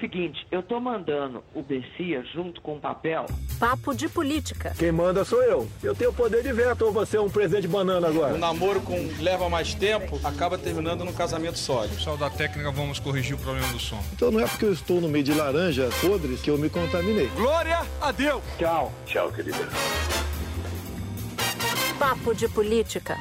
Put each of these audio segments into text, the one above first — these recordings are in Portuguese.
Seguinte, eu tô mandando o Bessia junto com o papel. Papo de política. Quem manda sou eu. Eu tenho poder de veto ou você é um presente de banana agora? O namoro leva mais tempo, acaba terminando num casamento sólido. Pessoal da técnica, vamos corrigir o problema do som. Então não é porque eu estou no meio de laranjas podres que eu me contaminei. Glória a Deus! Tchau. Tchau, querida. Papo de política.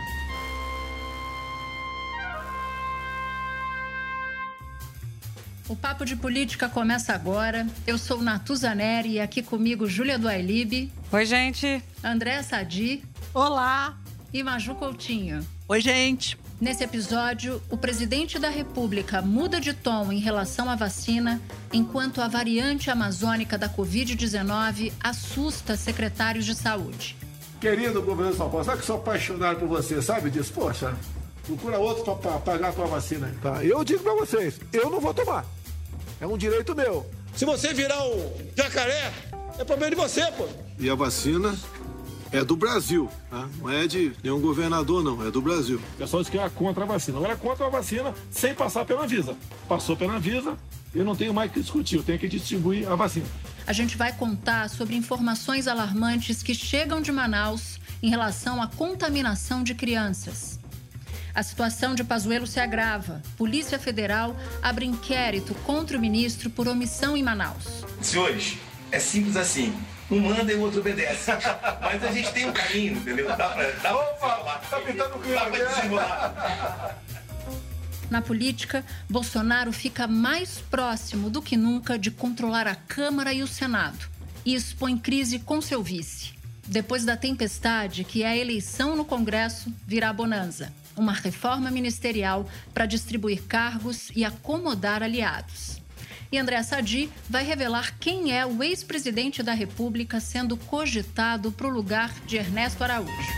O Papo de Política começa agora. Eu sou Natuzaneri e aqui comigo Júlia Duailib. Oi, gente. André Sadi. Olá. E Maju Coutinho. Oi, gente. Nesse episódio, o presidente da República muda de tom em relação à vacina, enquanto a variante amazônica da Covid-19 assusta secretários de saúde. Querido governo de São Paulo, sabe que sou apaixonado por você, sabe disso? Poxa, procura outro para pagar a tua vacina. Tá, eu digo para vocês, eu não vou tomar. É um direito meu. Se você virar um jacaré, é problema de você, pô. E a vacina é do Brasil, tá? Não é de nenhum governador, não. É do Brasil. O pessoal diz que é contra a vacina. Agora é contra a vacina sem passar pela Anvisa. Passou pela Anvisa, eu não tenho mais que discutir. Eu tenho que distribuir a vacina. A gente vai contar sobre informações alarmantes que chegam de Manaus em relação à contaminação de crianças. A situação de Pazuello se agrava. Polícia Federal abre inquérito contra o ministro por omissão em Manaus. Senhores, é simples assim. Um manda e o outro obedece. Mas a gente tem um caminho, entendeu? Dá pra tá pintando o clima, dissimular. Na política, Bolsonaro fica mais próximo do que nunca de controlar a Câmara e o Senado e expõe crise com seu vice. Depois da tempestade, que é a eleição no Congresso, virá bonança. Uma reforma ministerial para distribuir cargos e acomodar aliados. E André Sadi vai revelar quem é o ex-presidente da República sendo cogitado para o lugar de Ernesto Araújo.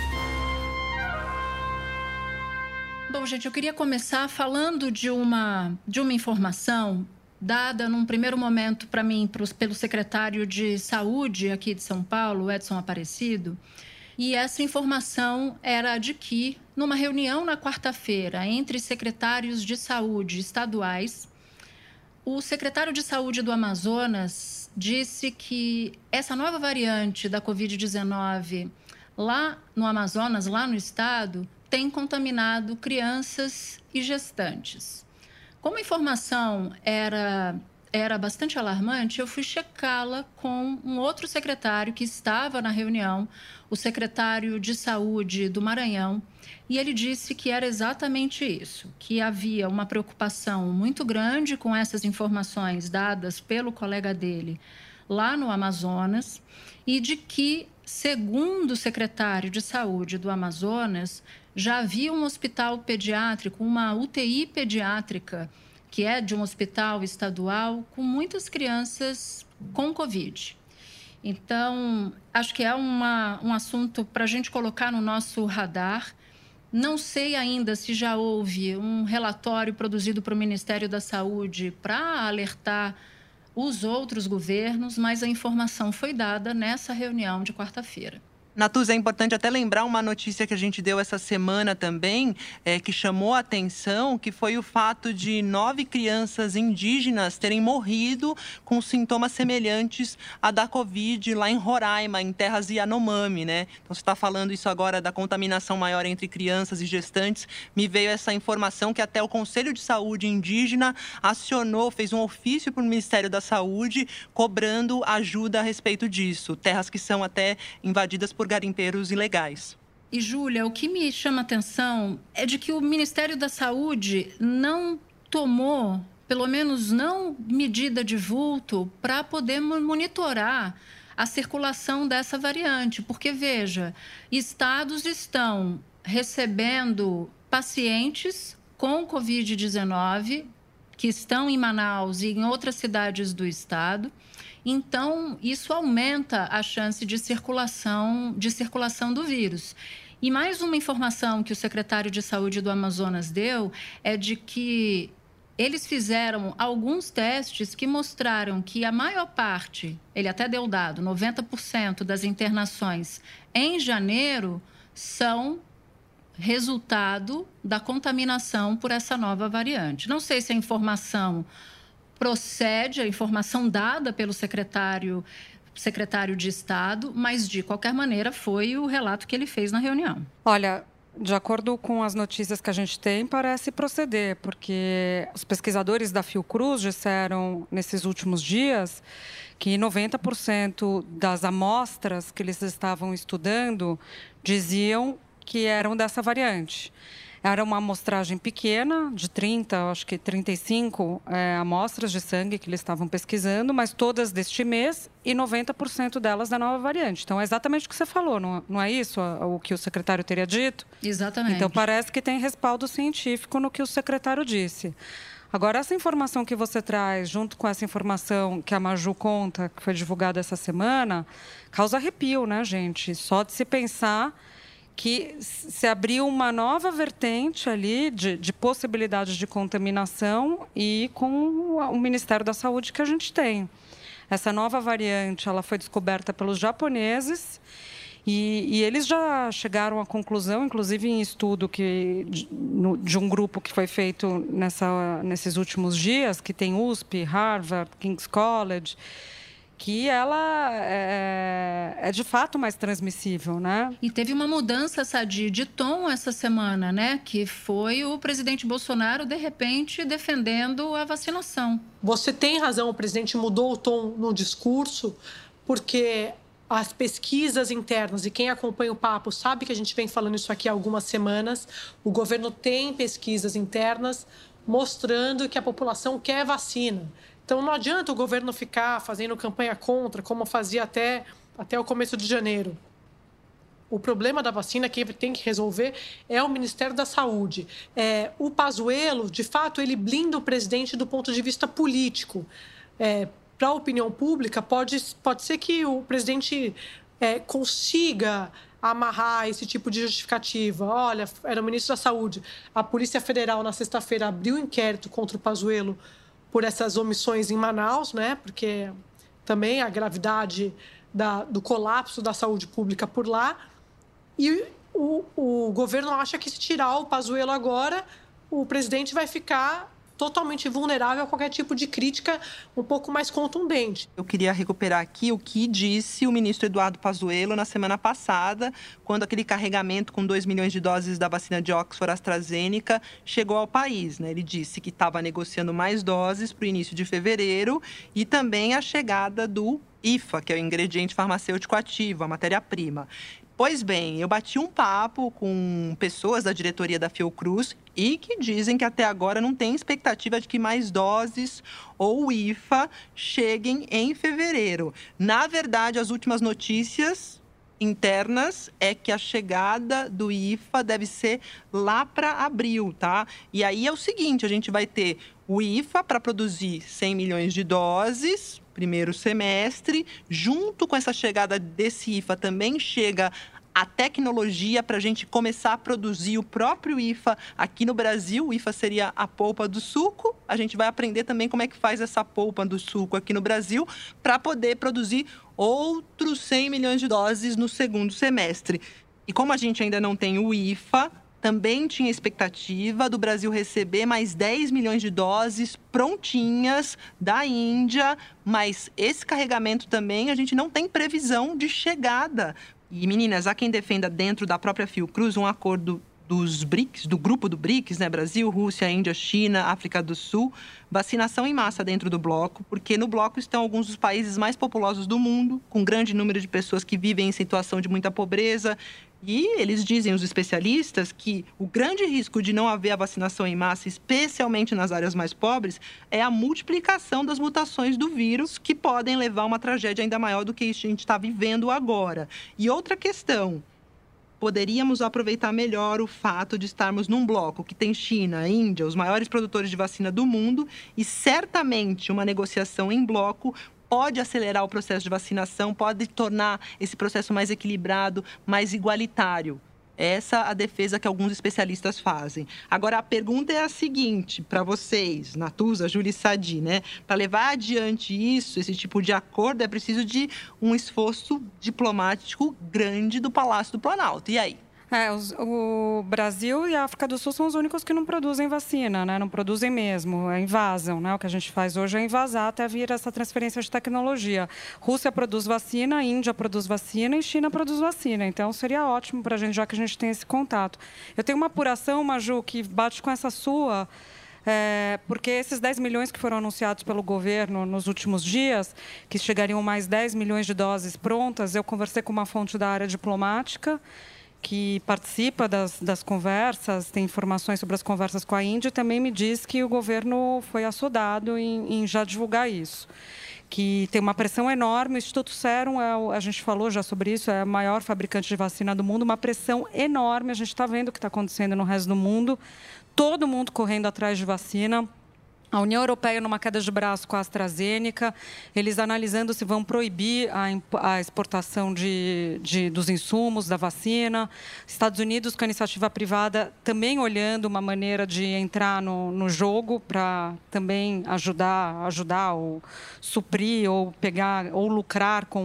Bom, gente, eu queria começar falando de uma informação dada num primeiro momento para mim pelo secretário de Saúde aqui de São Paulo, Edson Aparecido. E essa informação era de que, numa reunião na quarta-feira entre secretários de saúde estaduais, o secretário de Saúde do Amazonas disse que essa nova variante da Covid-19 lá no Amazonas, lá no estado, tem contaminado crianças e gestantes. Como a informação era bastante alarmante, eu fui checá-la com um outro secretário que estava na reunião, o secretário de Saúde do Maranhão, e ele disse que era exatamente isso, que havia uma preocupação muito grande com essas informações dadas pelo colega dele lá no Amazonas e de que, segundo o secretário de Saúde do Amazonas, já havia um hospital pediátrico, uma UTI pediátrica, que é de um hospital estadual, com muitas crianças com Covid. Então, acho que é um assunto para a gente colocar no nosso radar. Não sei ainda se já houve um relatório produzido para o Ministério da Saúde para alertar os outros governos, mas a informação foi dada nessa reunião de quarta-feira. Natuz, é importante até lembrar uma notícia que a gente deu essa semana também, que chamou a atenção, que foi o fato de 9 crianças indígenas terem morrido com sintomas semelhantes à da Covid lá em Roraima, em terras Yanomami, né? Então, você está falando isso agora da contaminação maior entre crianças e gestantes. Me veio essa informação que até o Conselho de Saúde Indígena acionou, fez um ofício para o Ministério da Saúde, cobrando ajuda a respeito disso. Terras que são até invadidas por garimpeiros ilegais. E, Júlia, o que me chama a atenção é de que o Ministério da Saúde não tomou, pelo menos não medida de vulto, para poder monitorar a circulação dessa variante. Porque, veja, estados estão recebendo pacientes com Covid-19 que estão em Manaus e em outras cidades do estado. Então, isso aumenta a chance de circulação do vírus. E mais uma informação que o secretário de Saúde do Amazonas deu é de que eles fizeram alguns testes que mostraram que a maior parte, ele até deu dado, 90% das internações em janeiro são resultado da contaminação por essa nova variante. Não sei se a informação procede a informação dada pelo secretário de Estado, mas, de qualquer maneira, foi o relato que ele fez na reunião. Olha, de acordo com as notícias que a gente tem, parece proceder, porque os pesquisadores da Fiocruz disseram nesses últimos dias que 90% das amostras que eles estavam estudando diziam que eram dessa variante. Era uma amostragem pequena, de 30, acho que 35 amostras de sangue que eles estavam pesquisando, mas todas deste mês e 90% delas da nova variante. Então, é exatamente o que você falou, não é isso o que o secretário teria dito? Exatamente. Então, parece que tem respaldo científico no que o secretário disse. Agora, essa informação que você traz, junto com essa informação que a Maju conta, que foi divulgada essa semana, causa arrepio, né, gente? Só de se pensar que se abriu uma nova vertente ali de possibilidades de contaminação e com o Ministério da Saúde que a gente tem. Essa nova variante ela foi descoberta pelos japoneses e eles já chegaram à conclusão, inclusive em estudo de um grupo que foi feito nesses últimos dias, que tem USP, Harvard, King's College, que ela é de fato mais transmissível, né? E teve uma mudança, Sadi, de tom essa semana, né? Que foi o presidente Bolsonaro, de repente, defendendo a vacinação. Você tem razão, o presidente mudou o tom no discurso, porque as pesquisas internas, e quem acompanha o papo sabe que a gente vem falando isso aqui há algumas semanas, o governo tem pesquisas internas mostrando que a população quer vacina. Então, não adianta o governo ficar fazendo campanha contra, como fazia até o começo de janeiro. O problema da vacina, quem tem que resolver é o Ministério da Saúde. O Pazuello, de fato, ele blinda o presidente do ponto de vista político. Para a opinião pública, pode ser que o presidente consiga amarrar esse tipo de justificativa. Olha, era o ministro da Saúde. A Polícia Federal, na sexta-feira, abriu um inquérito contra o Pazuello por essas omissões em Manaus, né? Porque também a gravidade do colapso da saúde pública por lá. E o governo acha que se tirar o Pazuello agora, o presidente vai ficar totalmente vulnerável a qualquer tipo de crítica um pouco mais contundente. Eu queria recuperar aqui o que disse o ministro Eduardo Pazuello na semana passada, quando aquele carregamento com 2 milhões de doses da vacina de Oxford AstraZeneca chegou ao país, né? Ele disse que estava negociando mais doses para o início de fevereiro e também a chegada do IFA, que é o ingrediente farmacêutico ativo, a matéria-prima. Pois bem, eu bati um papo com pessoas da diretoria da Fiocruz e que dizem que até agora não tem expectativa de que mais doses ou IFA cheguem em fevereiro. Na verdade, as últimas notícias internas é que a chegada do IFA deve ser lá para abril, tá? E aí é o seguinte, a gente vai ter o IFA para produzir 100 milhões de doses, primeiro semestre. Junto com essa chegada desse IFA também chega a tecnologia para a gente começar a produzir o próprio IFA aqui no Brasil. O IFA seria a polpa do suco. A gente vai aprender também como é que faz essa polpa do suco aqui no Brasil para poder produzir outros 100 milhões de doses no segundo semestre. E como a gente ainda não tem o IFA, também tinha expectativa do Brasil receber mais 10 milhões de doses prontinhas da Índia, mas esse carregamento também a gente não tem previsão de chegada. E, meninas, há quem defenda dentro da própria Fiocruz um acordo dos BRICS, do grupo do BRICS, né? Brasil, Rússia, Índia, China, África do Sul, vacinação em massa dentro do bloco, porque no bloco estão alguns dos países mais populosos do mundo, com grande número de pessoas que vivem em situação de muita pobreza. E eles dizem, os especialistas, que o grande risco de não haver a vacinação em massa, especialmente nas áreas mais pobres, é a multiplicação das mutações do vírus, que podem levar a uma tragédia ainda maior do que a gente está vivendo agora. E outra questão, poderíamos aproveitar melhor o fato de estarmos num bloco que tem China, Índia, os maiores produtores de vacina do mundo, e certamente uma negociação em bloco pode acelerar o processo de vacinação, pode tornar esse processo mais equilibrado, mais igualitário. Essa é a defesa que alguns especialistas fazem. Agora, a pergunta é a seguinte, para vocês, Natuza, Júlia e Sadi, né? Para levar adiante isso, esse tipo de acordo, é preciso de um esforço diplomático grande do Palácio do Planalto. E aí? O Brasil e a África do Sul são os únicos que não produzem vacina, né? Não produzem mesmo, invasam, né? O que a gente faz hoje é invasar até vir essa transferência de tecnologia. Rússia produz vacina, Índia produz vacina e China produz vacina. Então, seria ótimo para a gente, já que a gente tem esse contato. Eu tenho uma apuração, Maju, que bate com essa sua... porque esses 10 milhões que foram anunciados pelo governo nos últimos dias, que chegariam mais 10 milhões de doses prontas, eu conversei com uma fonte da área diplomática que participa das conversas, tem informações sobre as conversas com a Índia, e também me diz que o governo foi assodado em já divulgar isso. Que tem uma pressão enorme. O Instituto Serum, a gente falou já sobre isso, é o maior fabricante de vacina do mundo, uma pressão enorme. A gente está vendo o que está acontecendo no resto do mundo. Todo mundo correndo atrás de vacina. A União Europeia numa queda de braço com a AstraZeneca, eles analisando se vão proibir a exportação dos insumos da vacina. Estados Unidos com a iniciativa privada também olhando uma maneira de entrar no jogo para também ajudar ou suprir ou pegar ou lucrar com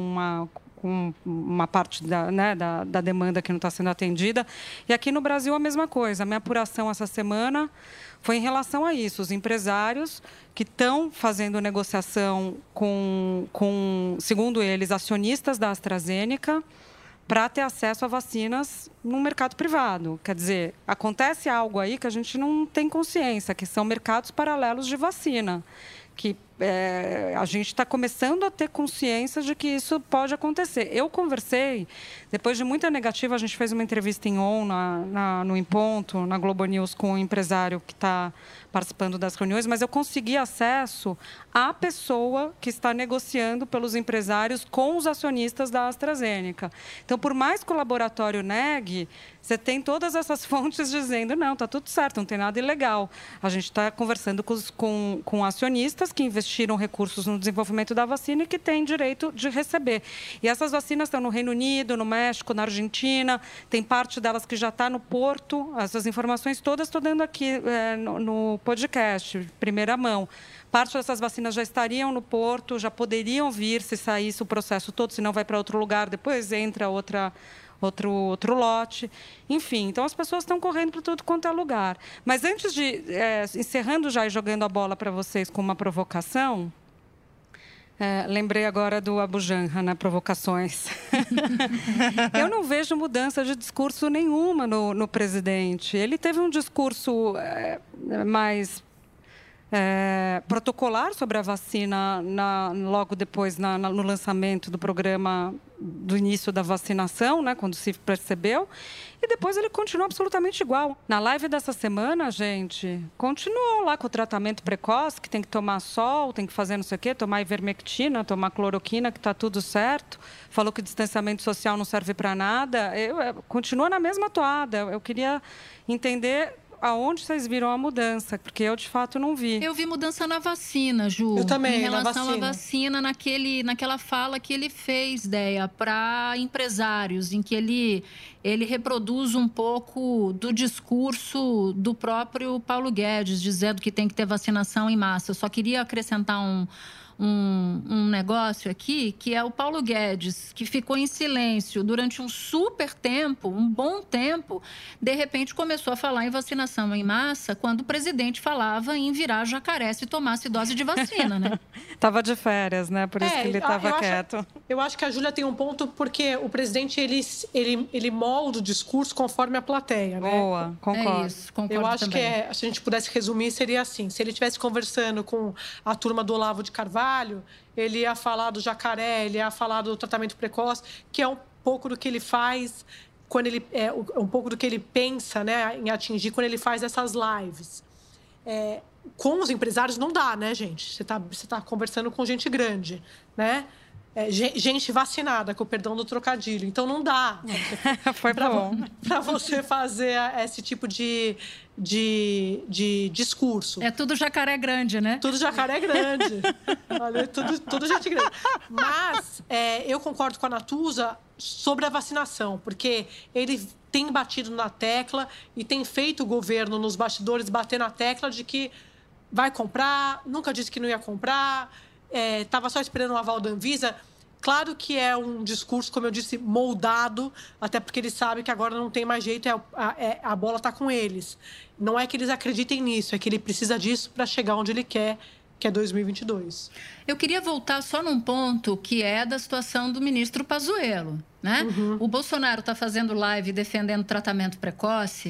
uma parte da demanda que não está sendo atendida. E aqui no Brasil a mesma coisa. A minha apuração essa semana foi em relação a isso. Os empresários que estão fazendo negociação com, segundo eles, acionistas da AstraZeneca para ter acesso a vacinas no mercado privado. Quer dizer, acontece algo aí que a gente não tem consciência, que são mercados paralelos de vacina, que a gente está começando a ter consciência de que isso pode acontecer. Eu conversei, depois de muita negativa, a gente fez uma entrevista em ON, no Em Ponto, na Globo News, com um empresário que está participando das reuniões, mas eu consegui acesso à pessoa que está negociando pelos empresários com os acionistas da AstraZeneca. Então, por mais que o laboratório negue, você tem todas essas fontes dizendo, não, está tudo certo, não tem nada ilegal. A gente está conversando com acionistas que investiram recursos no desenvolvimento da vacina e que têm direito de receber. E essas vacinas estão no Reino Unido, no México, na Argentina, tem parte delas que já está no porto. Essas informações todas estou dando aqui no podcast, primeira mão. Parte dessas vacinas já estariam no porto, já poderiam vir se saísse o processo todo, senão vai para outro lugar, depois entra outro lote. Enfim, então as pessoas estão correndo para tudo quanto é lugar. Mas antes de, encerrando já e jogando a bola para vocês com uma provocação, lembrei agora do Abu Janra, né? Provocações. Eu não vejo mudança de discurso nenhuma no presidente. Ele teve um discurso mais protocolar sobre a vacina logo depois no lançamento do programa do início da vacinação, né, quando se percebeu, e depois ele continuou absolutamente igual. Na live dessa semana, gente, continuou lá com o tratamento precoce, que tem que tomar sol, tem que fazer não sei o quê, tomar ivermectina, tomar cloroquina, que está tudo certo. Falou que o distanciamento social não serve para nada. Continua na mesma toada. Eu queria entender aonde vocês viram a mudança, porque eu, de fato, não vi. Eu vi mudança na vacina, Ju. Eu também, em relação à vacina, naquela fala que ele fez, Deia, para empresários, em que ele reproduz um pouco do discurso do próprio Paulo Guedes, dizendo que tem que ter vacinação em massa. Eu só queria acrescentar um negócio aqui, que é o Paulo Guedes, que ficou em silêncio durante um super tempo, um bom tempo, de repente começou a falar em vacinação em massa, quando o presidente falava em virar jacaré se tomasse dose de vacina, né? Estava de férias, né? Por isso que ele estava quieto. Eu acho que a Júlia tem um ponto, porque o presidente, ele molda o discurso conforme a plateia, né? Boa, concordo. É isso, concordo Eu acho também. que se a gente pudesse resumir, seria assim. Se ele estivesse conversando com a turma do Olavo de Carvalho, ele ia falar do jacaré, ele ia falar do tratamento precoce, que é um pouco do que ele faz quando ele um pouco do que ele pensa, né, em atingir quando ele faz essas lives. Com os empresários não dá, né, gente? Você tá conversando com gente grande, né? Gente vacinada, com o perdão do trocadilho. Então, não dá. Foi bom. Para você fazer esse tipo de discurso. É tudo jacaré grande, né? Tudo jacaré grande. Olha, tudo gente grande. Mas eu concordo com a Natuza sobre a vacinação, porque ele tem batido na tecla e tem feito o governo nos bastidores bater na tecla de que vai comprar, nunca disse que não ia comprar, estava só esperando o aval da Anvisa. Claro que é um discurso, como eu disse, moldado, até porque eles sabem que agora não tem mais jeito, a bola está com eles. Não é que eles acreditem nisso, é que ele precisa disso para chegar onde ele quer, que é 2022. Eu queria voltar só num ponto que é da situação do ministro Pazuello, né? O Bolsonaro está fazendo live defendendo tratamento precoce,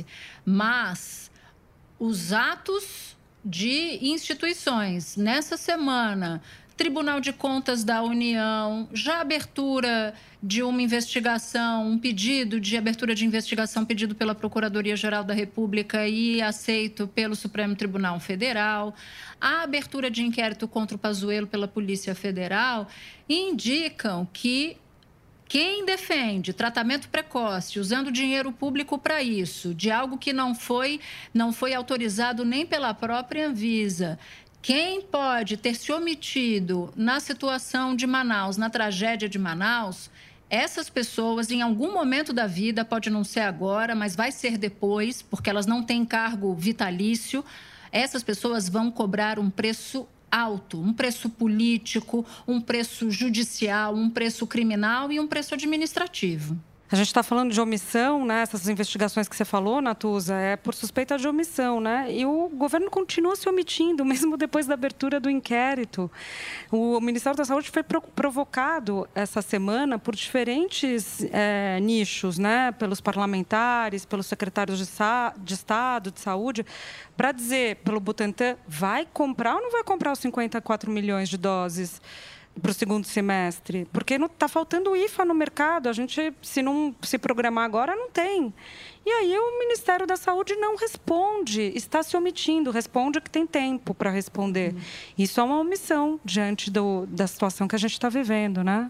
mas os atos de instituições nessa semana, Tribunal de Contas da União, já abertura de uma investigação, um pedido de abertura de investigação pedido pela Procuradoria-Geral da República e aceito pelo Supremo Tribunal Federal, a abertura de inquérito contra o Pazuello pela Polícia Federal, indicam que quem defende tratamento precoce, usando dinheiro público para isso, de algo que não foi autorizado nem pela própria Anvisa, quem pode ter se omitido na situação de Manaus, na tragédia de Manaus, essas pessoas, em algum momento da vida, pode não ser agora, mas vai ser depois, porque elas não têm cargo vitalício, essas pessoas vão cobrar um preço alto, um preço político, um preço judicial, um preço criminal e um preço administrativo. A gente está falando de omissão, né? Essas investigações que você falou, Natuza, é por suspeita de omissão, né? E o governo continua se omitindo, mesmo depois da abertura do inquérito. O Ministério da Saúde foi provocado essa semana por diferentes nichos, né? Pelos parlamentares, pelos secretários de Estado, de Saúde, para dizer, pelo Butantan, vai comprar ou não vai comprar os 54 milhões de doses para o segundo semestre, porque não está faltando IFA no mercado. A gente, se não se programar agora, não tem. E aí o Ministério da Saúde não responde, está se omitindo, responde que tem tempo para responder. Isso é uma omissão diante da situação que a gente está vivendo, né?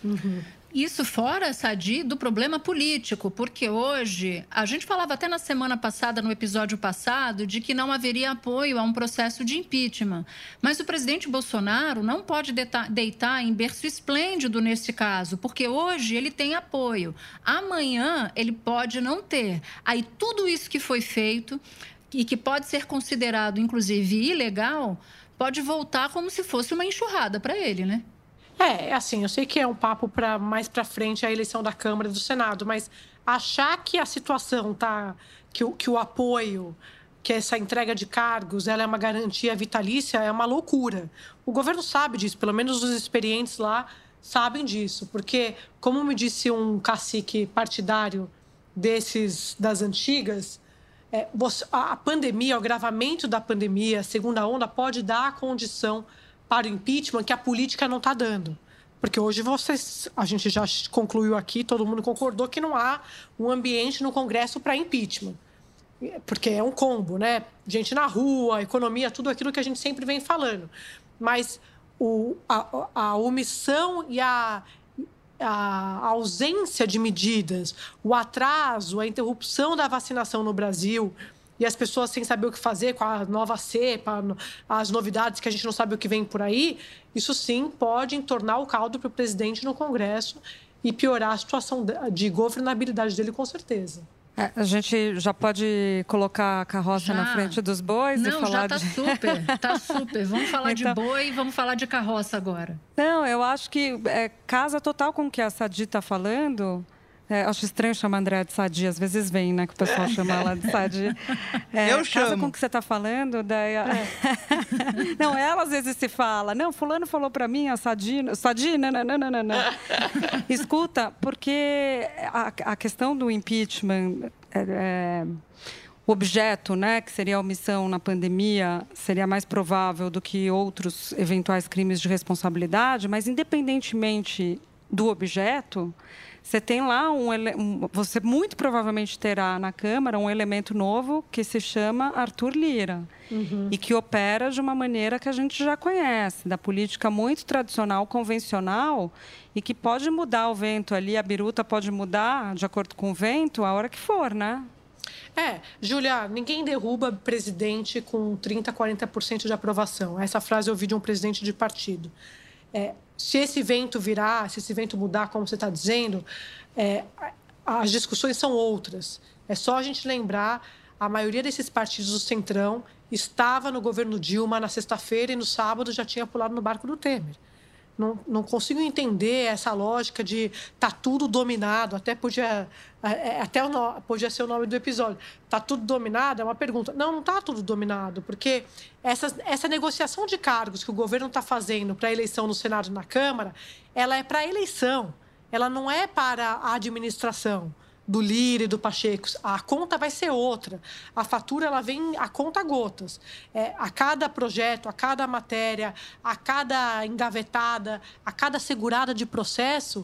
Isso fora, Sadi, do problema político, porque hoje, a gente falava até na semana passada, no episódio passado, de que não haveria apoio a um processo de impeachment. Mas o presidente Bolsonaro não pode deitar em berço esplêndido nesse caso, porque hoje ele tem apoio. Amanhã ele pode não ter. Aí tudo isso que foi feito e que pode ser considerado, inclusive, ilegal, pode voltar como se fosse uma enxurrada para ele, né? Assim, eu sei que é um papo para mais para frente a eleição da Câmara e do Senado, mas achar que a situação que o apoio, que essa entrega de cargos, ela é uma garantia vitalícia, é uma loucura. O governo sabe disso, pelo menos os experientes lá sabem disso, porque, como me disse um cacique partidário das antigas, a pandemia, o agravamento da pandemia, a segunda onda, pode dar a condição para o impeachment que a política não está dando. Porque hoje a gente já concluiu aqui, todo mundo concordou que não há um ambiente no Congresso para impeachment. Porque é um combo, né? Gente na rua, economia, tudo aquilo que a gente sempre vem falando. Mas a omissão e a ausência de medidas, o atraso, a interrupção da vacinação no Brasil e as pessoas sem saber o que fazer com a nova cepa, as novidades que a gente não sabe o que vem por aí, isso sim pode entornar o caldo para o presidente no Congresso e piorar a situação de governabilidade dele, com certeza. A gente já pode colocar a carroça na frente dos bois e falar já está super. Vamos falar de boi e vamos falar de carroça agora. Não, eu acho que casa total com o que a Sadi está falando. Acho estranho chamar a Andréa de Sadi, às vezes vem, né, que o pessoal chama ela de Sadi. Eu chamo. Casa com o que você está falando, daí... Não, ela às vezes se fala, não, fulano falou para mim, a Sadi, não. Escuta, porque a questão do impeachment, o objeto, né, que seria a omissão na pandemia, seria mais provável do que outros eventuais crimes de responsabilidade, mas independentemente do objeto, você tem lá você muito provavelmente terá na Câmara um elemento novo que se chama Arthur Lira e que opera de uma maneira que a gente já conhece, da política muito tradicional, convencional, e que pode mudar o vento ali, a biruta pode mudar de acordo com o vento a hora que for, né? Júlia, ninguém derruba presidente com 30%, 40% de aprovação. Essa frase eu ouvi de um presidente de partido. Se esse vento virar, se esse vento mudar, como você está dizendo, as discussões são outras. É só a gente lembrar, a maioria desses partidos do Centrão estava no governo Dilma na sexta-feira e no sábado já tinha pulado no barco do Temer. Não consigo entender essa lógica de tá tudo dominado, até podia ser o nome do episódio. Tá tudo dominado? É uma pergunta. Não está tudo dominado, porque essa negociação de cargos que o governo está fazendo para a eleição no Senado e na Câmara, ela é para a eleição, ela não é para a administração do Lira e do Pacheco. A conta vai ser outra. A fatura ela vem a conta gotas. A cada projeto, a cada matéria, a cada engavetada, a cada segurada de processo,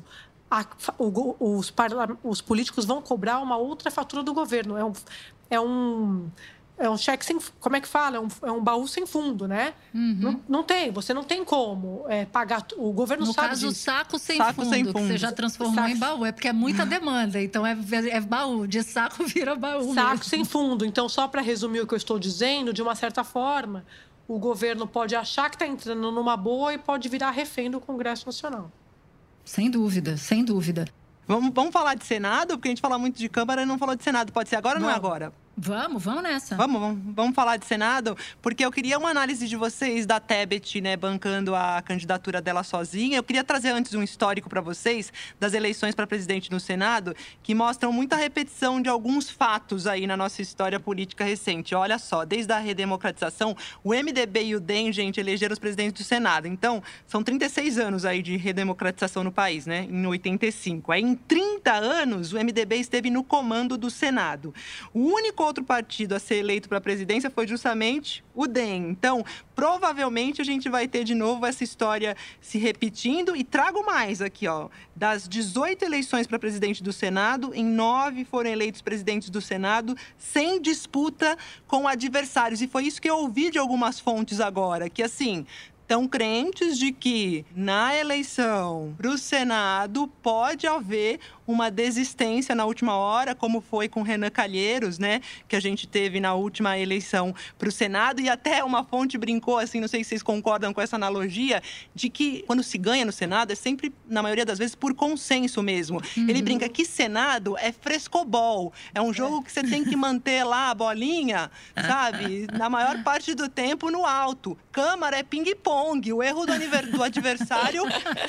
os políticos vão cobrar uma outra fatura do governo. É um cheque sem... Como é que fala? É um baú sem fundo, né? Uhum. Você não tem como pagar... O governo sabe disso. No caso, saco sem fundo, que você já transformou em baú. É porque é muita demanda, então é baú. De saco vira baú Saco mesmo. Sem fundo. Então, só para resumir o que eu estou dizendo, de uma certa forma, o governo pode achar que está entrando numa boa e pode virar refém do Congresso Nacional. Sem dúvida, sem dúvida. Vamos falar de Senado? Porque a gente fala muito de Câmara e não falou de Senado. Pode ser agora ou não é agora? Vamos nessa. Vamos falar de Senado, porque eu queria uma análise de vocês da Tebet, né, bancando a candidatura dela sozinha. Eu queria trazer antes um histórico para vocês das eleições para presidente no Senado, que mostram muita repetição de alguns fatos aí na nossa história política recente. Olha só, desde a redemocratização, o MDB e o DEM, gente, elegeram os presidentes do Senado. Então, são 36 anos aí de redemocratização no país, né, em 85. Aí, em 30 anos, o MDB esteve no comando do Senado. O único outro partido a ser eleito para a presidência foi justamente o DEM. Então, provavelmente a gente vai ter de novo essa história se repetindo. E trago mais aqui, ó. Das 18 eleições para presidente do Senado, em 9 foram eleitos presidentes do Senado sem disputa com adversários. E foi isso que eu ouvi de algumas fontes agora, que assim... Estão crentes de que, na eleição para o Senado, pode haver uma desistência na última hora, como foi com Renan Calheiros, né? Que a gente teve na última eleição para o Senado. E até uma fonte brincou, assim, não sei se vocês concordam com essa analogia, de que quando se ganha no Senado, é sempre, na maioria das vezes, por consenso mesmo. Uhum. Ele brinca que Senado é frescobol. É um jogo que você tem que manter lá a bolinha, sabe? Na maior parte do tempo, no alto. Câmara é ping-pong. O erro do adversário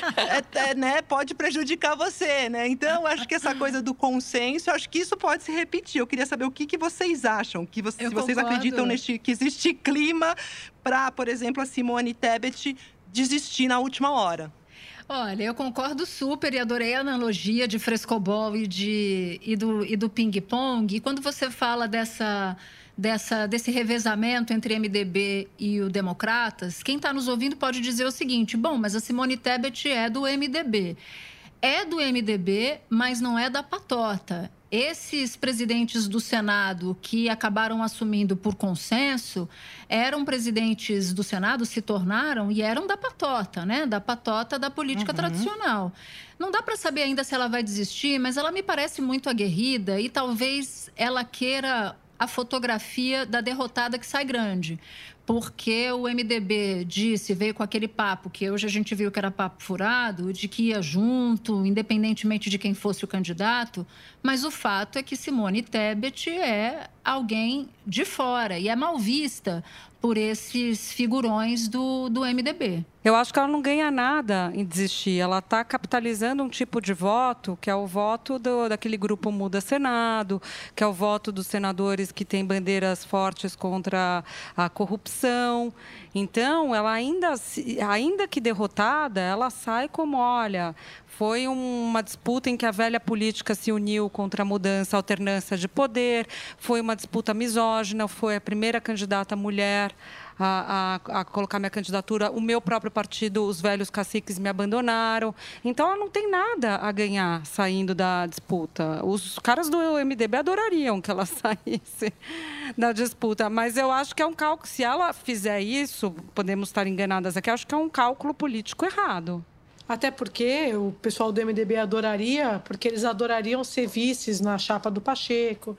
né, pode prejudicar você, né? Então, acho que essa coisa do consenso, acho que isso pode se repetir. Eu queria saber o que vocês acham, se vocês acreditam que existe clima para, por exemplo, a Simone Tebet desistir na última hora. Olha, eu concordo super e adorei a analogia de frescobol e do ping-pong. E quando você fala desse revezamento entre MDB e o Democratas, quem está nos ouvindo pode dizer o seguinte: bom, mas a Simone Tebet é do MDB. É do MDB, mas não é da patota. Esses presidentes do Senado que acabaram assumindo por consenso eram presidentes do Senado, se tornaram e eram da patota, né? Da patota da política tradicional. Não dá para saber ainda se ela vai desistir, mas ela me parece muito aguerrida e talvez ela queira a fotografia da derrotada que sai grande. Porque o MDB veio com aquele papo, que hoje a gente viu que era papo furado, de que ia junto, independentemente de quem fosse o candidato, mas o fato é que Simone Tebet é alguém de fora e é mal vista por esses figurões do MDB. Eu acho que ela não ganha nada em desistir. Ela está capitalizando um tipo de voto, que é o voto daquele grupo Muda Senado, que é o voto dos senadores que têm bandeiras fortes contra a corrupção. Então, ela ainda que derrotada, ela sai como, olha, foi uma disputa em que a velha política se uniu contra a mudança, a alternância de poder, foi uma disputa misógina, foi a primeira candidata mulher a colocar minha candidatura. O meu próprio partido, os velhos caciques, me abandonaram. Então, ela não tem nada a ganhar saindo da disputa. Os caras do MDB adorariam que ela saísse da disputa. Mas eu acho que é um cálculo. Se ela fizer isso, podemos estar enganadas aqui, acho que é um cálculo político errado. Até porque o pessoal do MDB adoraria, porque eles adorariam ser vices na chapa do Pacheco,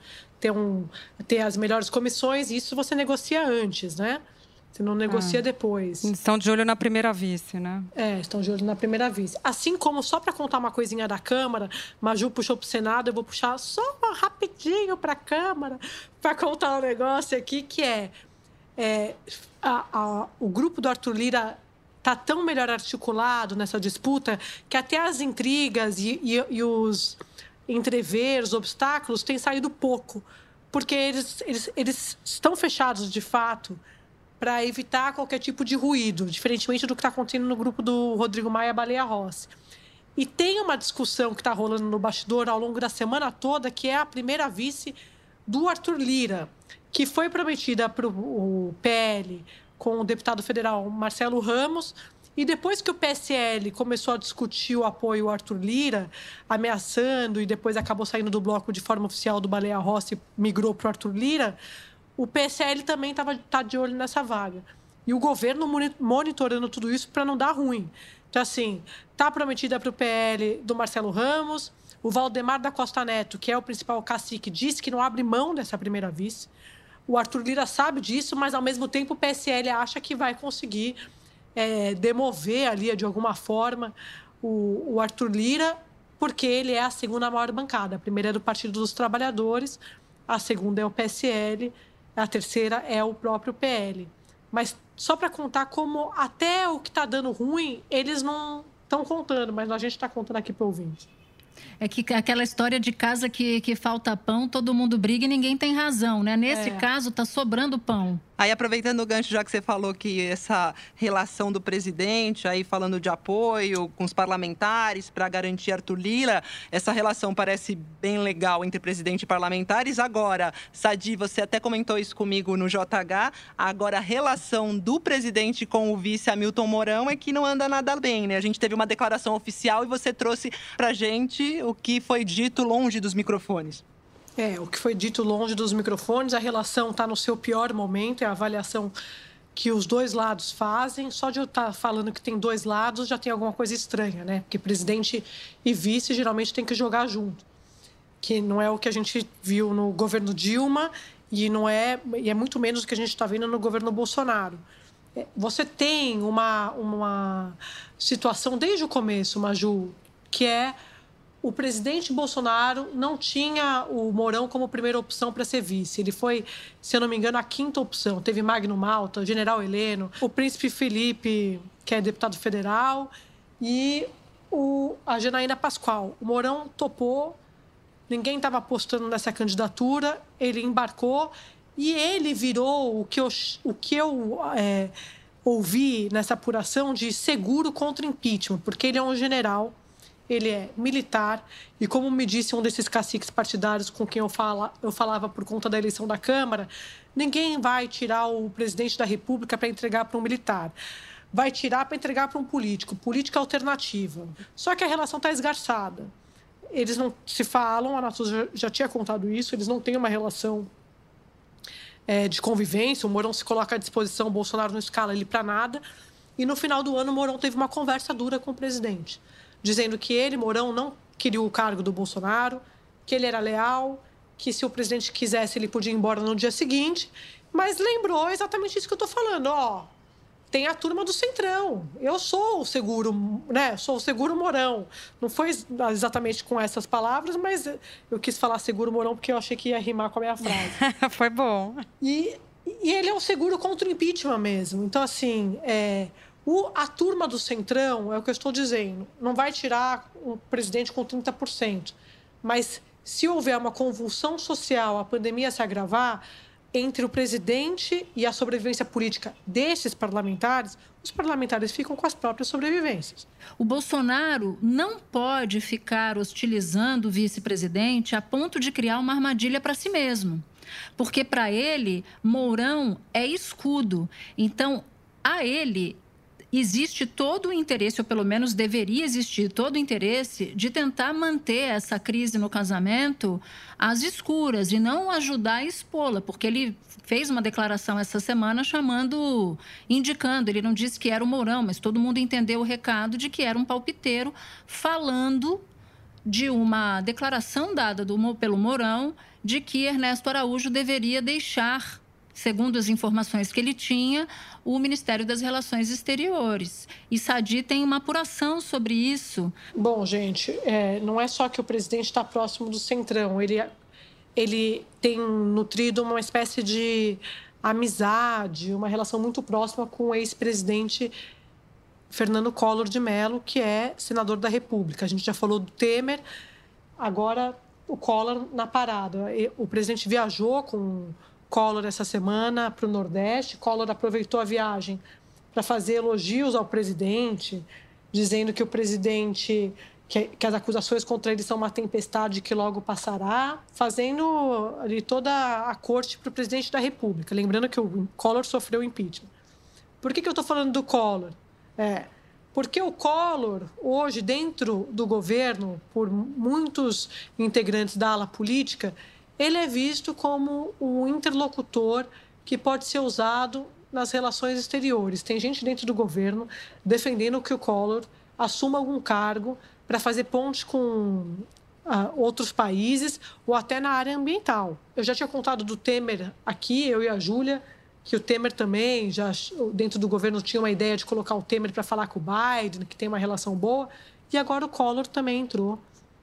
ter as melhores comissões, e isso você negocia antes, né? Você não negocia depois. Estão de olho na primeira vice, né? Estão de olho na primeira vice. Assim como, só para contar uma coisinha da Câmara, Maju puxou para o Senado, eu vou puxar só rapidinho para a Câmara, para contar um negócio aqui, que o grupo do Arthur Lira está tão melhor articulado nessa disputa que até as intrigas e os entreveros, obstáculos, têm saído pouco, porque eles estão fechados, de fato, para evitar qualquer tipo de ruído, diferentemente do que está acontecendo no grupo do Rodrigo Maia Baleia Rossi. E tem uma discussão que está rolando no bastidor ao longo da semana toda, que é a primeira vice do Arthur Lira, que foi prometida para o PL com o deputado federal Marcelo Ramos, e depois que o PSL começou a discutir o apoio ao Arthur Lira, ameaçando, e depois acabou saindo do bloco de forma oficial do Baleia Rossi e migrou para o Arthur Lira, o PSL também está de olho nessa vaga. E o governo monitorando tudo isso para não dar ruim. Então, assim, está prometida para o PL do Marcelo Ramos, o Valdemar da Costa Neto, que é o principal cacique, disse que não abre mão dessa primeira vice. O Arthur Lira sabe disso, mas, ao mesmo tempo, o PSL acha que vai conseguir demover ali, de alguma forma, o Arthur Lira, porque ele é a segunda maior bancada. A primeira é do Partido dos Trabalhadores, a segunda é o PSL, a terceira é o próprio PL. Mas só para contar como até o que está dando ruim, eles não estão contando, mas a gente está contando aqui para o ouvinte. É que aquela história de casa que falta pão, todo mundo briga e ninguém tem razão, né? Nesse caso, está sobrando pão. Aí, aproveitando o gancho, já que você falou que essa relação do presidente, aí falando de apoio com os parlamentares para garantir Arthur Lira, essa relação parece bem legal entre presidente e parlamentares. Agora, Sadi, você até comentou isso comigo no JH, agora a relação do presidente com o vice Hamilton Mourão é que não anda nada bem, né? A gente teve uma declaração oficial e você trouxe para a gente o que foi dito longe dos microfones. O que foi dito longe dos microfones, a relação está no seu pior momento, é a avaliação que os dois lados fazem. Só de eu estar falando que tem dois lados já tem alguma coisa estranha, né? Porque presidente e vice geralmente tem que jogar junto, que não é o que a gente viu no governo Dilma e é muito menos do que a gente está vendo no governo Bolsonaro. Você tem uma situação desde o começo, Maju, que é o presidente Bolsonaro não tinha o Mourão como primeira opção para ser vice. Ele foi, se eu não me engano, a quinta opção. Teve Magno Malta, o general Heleno, o príncipe Felipe, que é deputado federal, e a Janaína Pascoal. O Mourão topou, ninguém estava apostando nessa candidatura, ele embarcou e ele virou o que eu ouvi nessa apuração de seguro contra impeachment, porque ele é um general, ele é militar e, como me disse um desses caciques partidários com quem eu falava por conta da eleição da Câmara, ninguém vai tirar o presidente da República para entregar para um militar. Vai tirar para entregar para um político, política alternativa. Só que a relação está esgarçada. Eles não se falam, a Natuza já tinha contado isso, eles não têm uma relação de convivência. O Mourão se coloca à disposição, o Bolsonaro não escala ele para nada. E no final do ano, o Mourão teve uma conversa dura com o presidente, dizendo que ele, Mourão, não queria o cargo do Bolsonaro, que ele era leal, que se o presidente quisesse ele podia ir embora no dia seguinte, mas lembrou exatamente isso que eu estou falando. Tem a turma do Centrão, eu sou o seguro, né? Sou o seguro Mourão. Não foi exatamente com essas palavras, mas eu quis falar seguro Mourão porque eu achei que ia rimar com a minha frase. Foi bom. E ele é um seguro contra o impeachment mesmo. Então, assim, a turma do Centrão, é o que eu estou dizendo, não vai tirar um presidente com 30%. Mas se houver uma convulsão social, a pandemia se agravar, entre o presidente e a sobrevivência política desses parlamentares, os parlamentares ficam com as próprias sobrevivências. O Bolsonaro não pode ficar hostilizando o vice-presidente a ponto de criar uma armadilha para si mesmo. Porque, para ele, Mourão é escudo. Então, a ele existe todo o interesse, ou pelo menos deveria existir todo o interesse, de tentar manter essa crise no casamento às escuras e não ajudar a expô-la, porque ele fez uma declaração essa semana indicando, ele não disse que era o Mourão, mas todo mundo entendeu o recado de que era um palpiteiro falando de uma declaração dada pelo Mourão de que Ernesto Araújo deveria deixar, segundo as informações que ele tinha, o Ministério das Relações Exteriores. E Sadi tem uma apuração sobre isso. Bom, gente, não é só que o presidente está próximo do Centrão. Ele tem nutrido uma espécie de amizade, uma relação muito próxima com o ex-presidente Fernando Collor de Mello, que é senador da República. A gente já falou do Temer, agora o Collor na parada. O presidente viajou com Collor essa semana para o Nordeste. Collor aproveitou a viagem para fazer elogios ao presidente, dizendo que o presidente, que as acusações contra ele são uma tempestade que logo passará, fazendo ali toda a corte para o presidente da República. Lembrando que o Collor sofreu impeachment. Por que eu estou falando do Collor? Porque o Collor, hoje, dentro do governo, por muitos integrantes da ala política, ele é visto como um interlocutor que pode ser usado nas relações exteriores. Tem gente dentro do governo defendendo que o Collor assuma algum cargo para fazer pontes com outros países ou até na área ambiental. Eu já tinha contado do Temer aqui, eu e a Júlia, que o Temer também, já dentro do governo, tinha uma ideia de colocar o Temer para falar com o Biden, que tem uma relação boa, e agora o Collor também entrou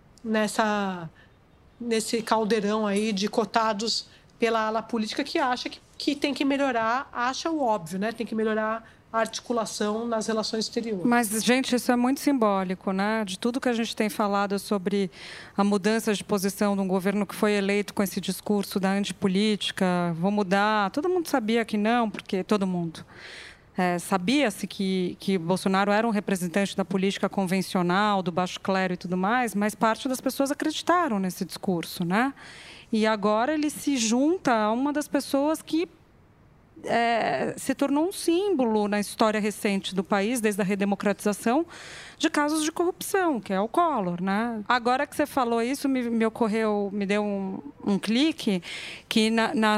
nesse caldeirão aí de cotados pela ala política que acha que tem que melhorar, acha o óbvio, né? Tem que melhorar a articulação nas relações exteriores. Mas, gente, isso é muito simbólico, né? De tudo que a gente tem falado sobre a mudança de posição de um governo que foi eleito com esse discurso da antipolítica, vou mudar. Todo mundo sabia que não, porque todo mundo... sabia-se que Bolsonaro era um representante da política convencional, do baixo clero e tudo mais, mas parte das pessoas acreditaram nesse discurso, né? E agora ele se junta a uma das pessoas que se tornou um símbolo na história recente do país, desde a redemocratização, de casos de corrupção, que é o Collor, né? Agora que você falou isso, me deu um clique, que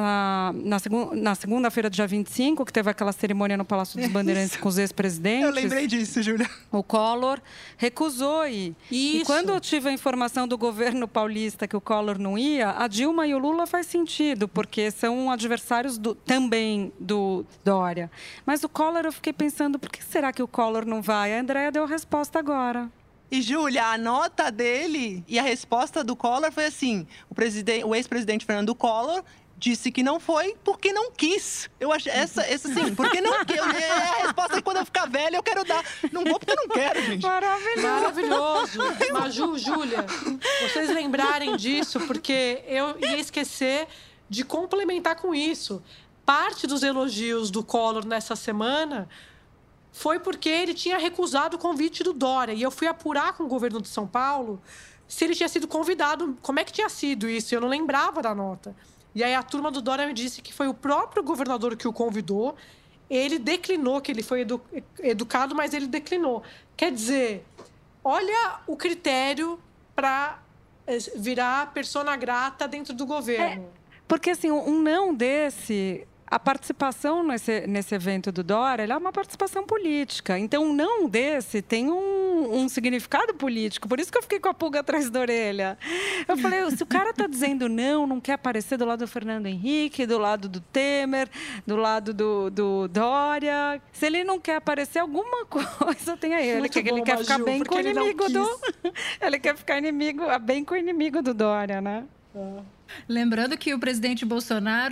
na segunda-feira, dia 25, que teve aquela cerimônia no Palácio dos Bandeirantes com os ex-presidentes... Eu lembrei disso, Júlia. O Collor recusou ir. Isso. E quando eu tive a informação do governo paulista que o Collor não ia, a Dilma e o Lula faz sentido, porque são adversários também do Dória. Mas o Collor, eu fiquei pensando, por que será que o Collor não vai? A Andréia deu a resposta agora. E, Júlia, a nota dele e a resposta do Collor foi assim: o ex-presidente Fernando Collor disse que não foi porque não quis. Eu acho essa sim, porque não quis. É a resposta que quando eu ficar velha eu quero dar. Não vou porque eu não quero, gente. Maravilhoso. Maju, Júlia, vocês lembrarem disso, porque eu ia esquecer de complementar com isso. Parte dos elogios do Collor nessa semana foi porque ele tinha recusado o convite do Dória. E eu fui apurar com o governo de São Paulo se ele tinha sido convidado. Como é que tinha sido isso? Eu não lembrava da nota. E aí a turma do Dória me disse que foi o próprio governador que o convidou. Ele declinou, que ele foi educado, mas ele declinou. Quer dizer, olha o critério para virar persona grata dentro do governo. Porque, assim, um não desse... A participação nesse evento do Dória é uma participação política. Então, um não desse tem um significado político. Por isso que eu fiquei com a pulga atrás da orelha. Eu falei, se o cara está dizendo não quer aparecer do lado do Fernando Henrique, do lado do Temer, do lado do Dória. Se ele não quer aparecer, alguma coisa tem aí. Ele quer ficar bem com o inimigo do... Ele quer ficar bem com o inimigo do Dória, né? Lembrando que o presidente Bolsonaro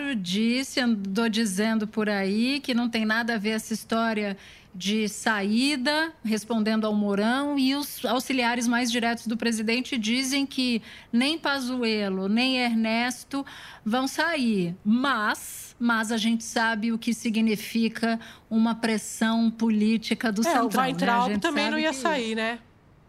andou dizendo por aí que não tem nada a ver essa história de saída, respondendo ao Mourão, e os auxiliares mais diretos do presidente dizem que nem Pazuello, nem Ernesto vão sair, mas a gente sabe o que significa uma pressão política do Centrão. O Weintraub também não ia sair, né?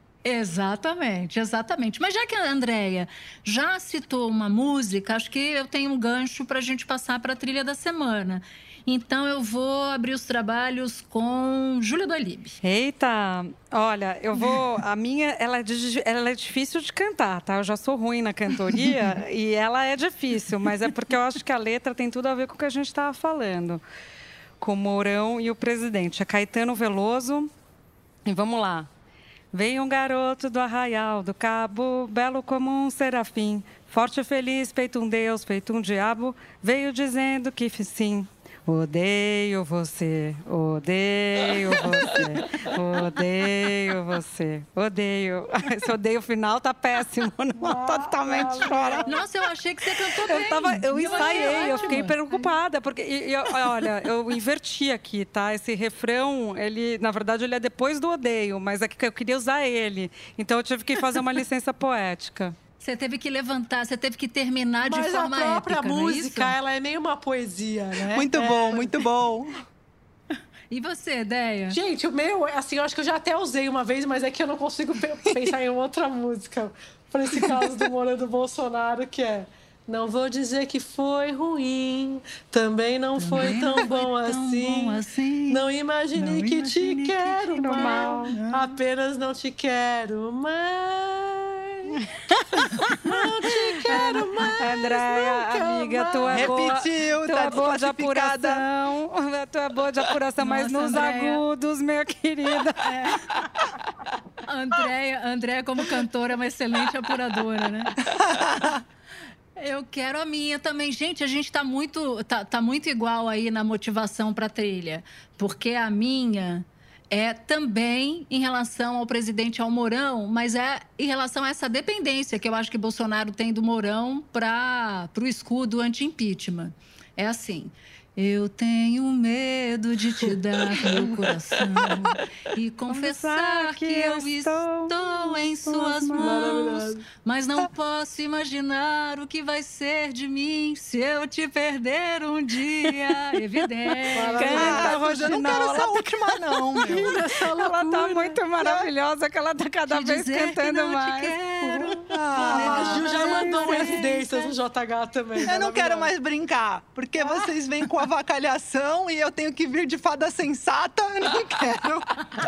Exatamente. Mas já que a Andréia já citou uma música, acho que eu tenho um gancho para a gente passar para a trilha da semana. Então, eu vou abrir os trabalhos com Júlia do Alibe. Eita! Olha, eu vou... A minha, ela é difícil de cantar, tá? Eu já sou ruim na cantoria e ela é difícil, mas é porque eu acho que a letra tem tudo a ver com o que a gente estava falando. Com o Mourão e o presidente. É Caetano Veloso. E vamos lá. Veio um garoto do arraial do Cabo, belo como um serafim, forte e feliz, feito um deus, feito um diabo, veio dizendo que sim. Odeio você, odeio você, odeio você, odeio. Esse odeio final tá péssimo, não, totalmente fora. Nossa, eu achei que você cantou bem. Eu ensaiei, eu fiquei preocupada, porque, olha, eu inverti aqui, tá? Esse refrão, ele, na verdade, ele é depois do odeio, mas é que eu queria usar ele. Então eu tive que fazer uma licença poética. Você teve que levantar, você teve que terminar de forma épica. Mas a própria música, não é isso? ela é meio uma poesia, né? Muito bom, muito bom. E você, Deia? Gente, o meu, assim, eu acho que eu já até usei uma vez, mas é que eu não consigo pensar em outra música. Para esse caso do Morando Bolsonaro, que é... Não vou dizer que foi ruim, também não foi tão bom assim. Não imagine que te quero mal, apenas não te quero mais. Não te quero mais. Andréia, amiga, tu é boa. Repetiu, tu é boa de apuração. Tu é boa de apuração, mas nos agudos, minha querida. Andréia, como cantora, é uma excelente apuradora, né? Eu quero a minha também. Gente, a gente tá muito igual aí na motivação para a trilha. Porque a minha é também em relação ao presidente, ao Mourão, mas é em relação a essa dependência que eu acho que Bolsonaro tem do Mourão para o escudo anti-impeachment. É assim... Eu tenho medo de te dar meu coração e confessar que eu estou em suas mãos, mas não posso imaginar o que vai ser de mim se eu te perder um dia. Evidente. Eu não quero essa última, não, meu. Ela tá muito maravilhosa, que ela tá cada vez cantando mais. A Gil já mandou evidências no JH também. Eu não quero mais brincar, porque vocês vêm com avacalhação e eu tenho que vir de fada sensata. Eu não quero.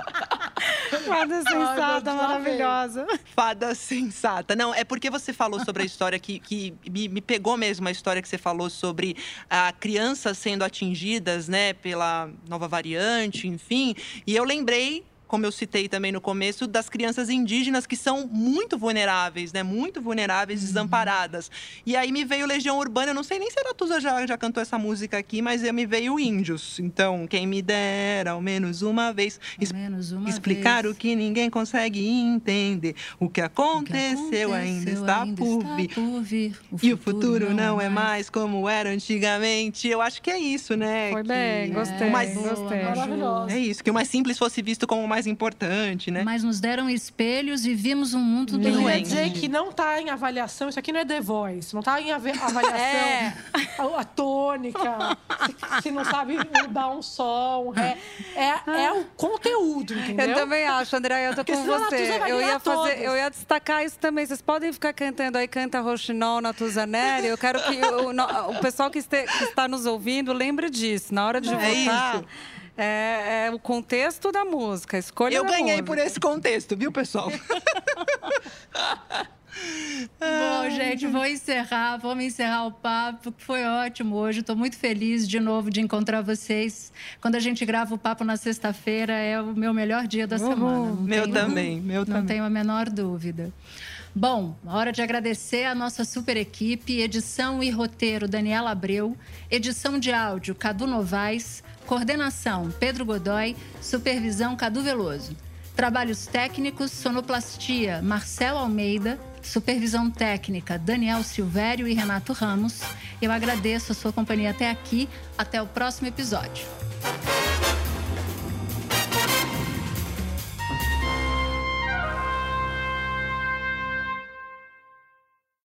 Fada sensata, maravilhosa. Fada sensata. Não, é porque você falou sobre a história que me pegou mesmo, a história que você falou sobre crianças sendo atingidas, né, pela nova variante, enfim. E eu lembrei, como eu citei também no começo, das crianças indígenas que são muito vulneráveis, né? Muito vulneráveis, desamparadas. E aí me veio Legião Urbana, eu não sei nem se a Natuza já cantou essa música aqui, mas me veio Índios. Então, quem me dera, ao menos uma vez, explicar o que ninguém consegue entender. O que aconteceu ainda está por vir. E o futuro não é mais como era antigamente. Eu acho que é isso, né? Foi bem, gostei. Maravilhoso. É isso, que o mais simples fosse visto como o mais importante, né? Mas nos deram espelhos e vimos um mundo doente. Eu ia dizer que não tá em avaliação, isso aqui não é The Voice, não tá em avaliação a tônica, se não sabe dar um som, é o conteúdo, entendeu? Eu também acho, André, eu tô com você. Eu ia destacar isso também. Vocês podem ficar cantando aí, canta Roxinol, Natuza Neri. Eu quero que o pessoal que está nos ouvindo lembre disso. Na hora de votar, é o contexto da música, a escolha da música. Eu ganhei por esse contexto, viu, pessoal? Bom, gente, vamos encerrar o papo, que foi ótimo hoje. Estou muito feliz de novo de encontrar vocês. Quando a gente grava o papo na sexta-feira, é o meu melhor dia da semana. Meu também. Não tenho a menor dúvida. Bom, hora de agradecer a nossa super equipe, edição e roteiro Daniela Abreu, edição de áudio Cadu Novaes, coordenação Pedro Godoy, supervisão Cadu Veloso. Trabalhos técnicos, sonoplastia Marcelo Almeida, supervisão técnica Daniel Silvério e Renato Ramos. Eu agradeço a sua companhia até aqui. Até o próximo episódio.